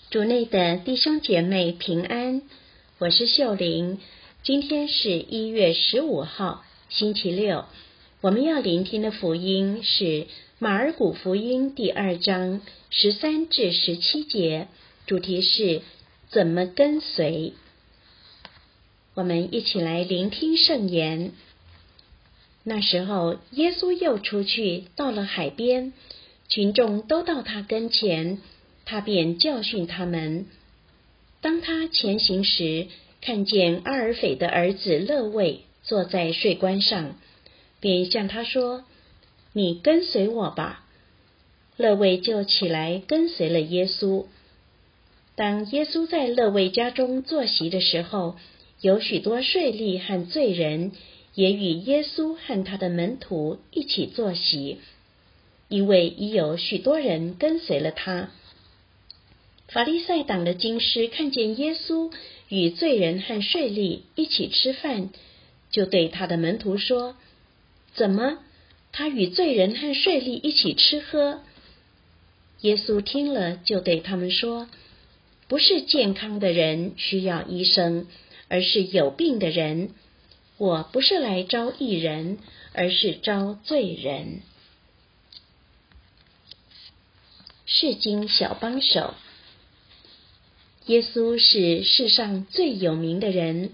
主内的弟兄姐妹平安，我是秀玲。今天是1月15号，星期六。我们要聆听的福音是马尔谷福音第2章13至17节，主题是怎么跟随。我们一起来聆听圣言。那时候，耶稣又出去，到了海边，群众都到他跟前，他便教训他们。当他前行时，看见阿尔斐的儿子勒位坐在税关上，便向他说：“你跟随我吧。”勒位就起来跟随了耶稣。当耶稣在勒位家中坐席的时候，有许多税吏和罪人也与耶稣和他的门徒一起坐席，因为已有许多人跟随了他。法利赛党的经师看见耶稣与罪人和税吏一起吃饭，就对他的门徒说：“怎么，他与罪人和税吏一起吃喝？”耶稣听了，就对他们说：“不是健康的人需要医生，而是有病的人。我不是来招义人，而是招罪人。”释经小帮手。耶稣是世上最有名的人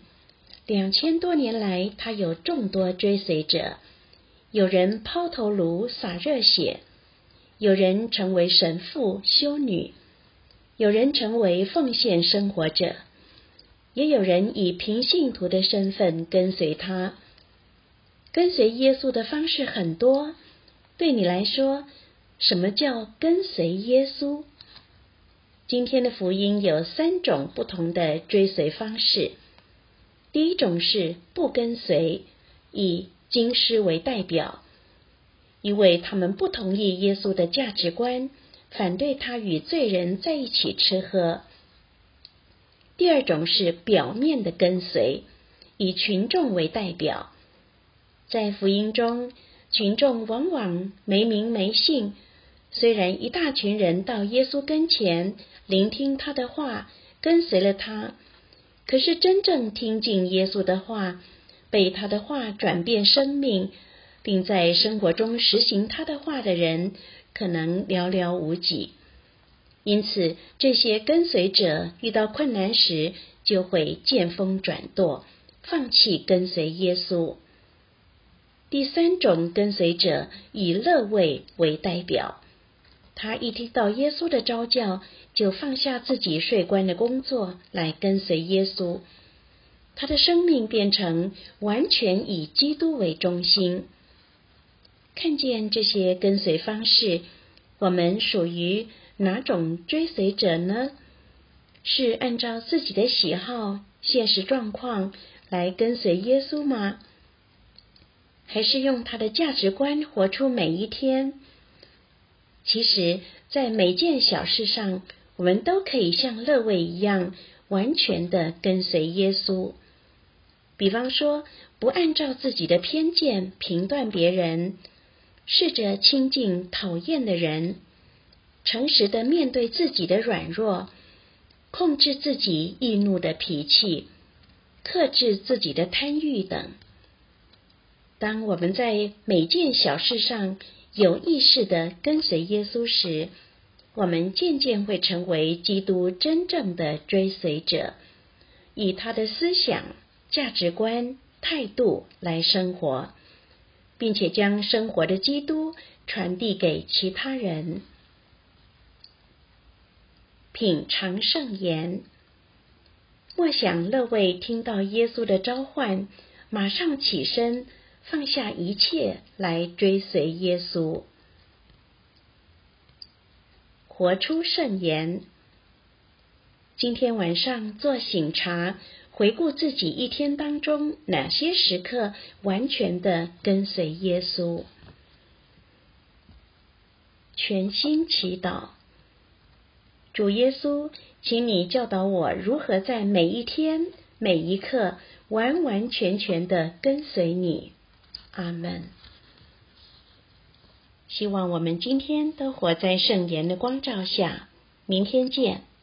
，2000多年来，他有众多追随者。有人抛头颅洒热血，有人成为神父修女，有人成为奉献生活者，也有人以平信徒的身份跟随他。跟随耶稣的方式很多，对你来说，什么叫跟随耶稣？今天的福音有3种不同的追随方式。第一种是不跟随，以经师为代表，因为他们不同意耶稣的价值观，反对他与罪人在一起吃喝。第二种是表面的跟随，以群众为代表。在福音中，群众往往没名没姓，虽然一大群人到耶稣跟前聆听他的话，跟随了他，可是真正听进耶稣的话，被他的话转变生命，并在生活中实行他的话的人，可能寥寥无几。因此，这些跟随者遇到困难时，就会见风转舵，放弃跟随耶稣。第3种跟随者以勒位为代表，他一听到耶稣的召叫，就放下自己税关的工作来跟随耶稣。他的生命变成完全以基督为中心。看见这些跟随方式，我们属于哪种追随者呢？是按照自己的喜好、现实状况来跟随耶稣吗？还是用他的价值观活出每一天？其实，在每件小事上，我们都可以像勒位一样，完全的跟随耶稣。比方说，不按照自己的偏见评断别人，试着亲近讨厌的人，诚实的面对自己的软弱，控制自己易怒的脾气，克制自己的贪欲等。当我们在每件小事上有意识地跟随耶稣时，我们渐渐会成为基督真正的追随者，以他的思想、价值观、态度来生活，并且将生活的基督传递给其他人。品尝圣言。默想勒位听到耶稣的召唤，马上起身，放下一切来追随耶稣。活出圣言。今天晚上做醒茶，回顾自己一天当中哪些时刻完全的跟随耶稣。全心祈祷。主耶稣，请你教导我如何在每一天每一刻完完全全的跟随你。阿们。希望我们今天都活在圣言的光照下。明天见。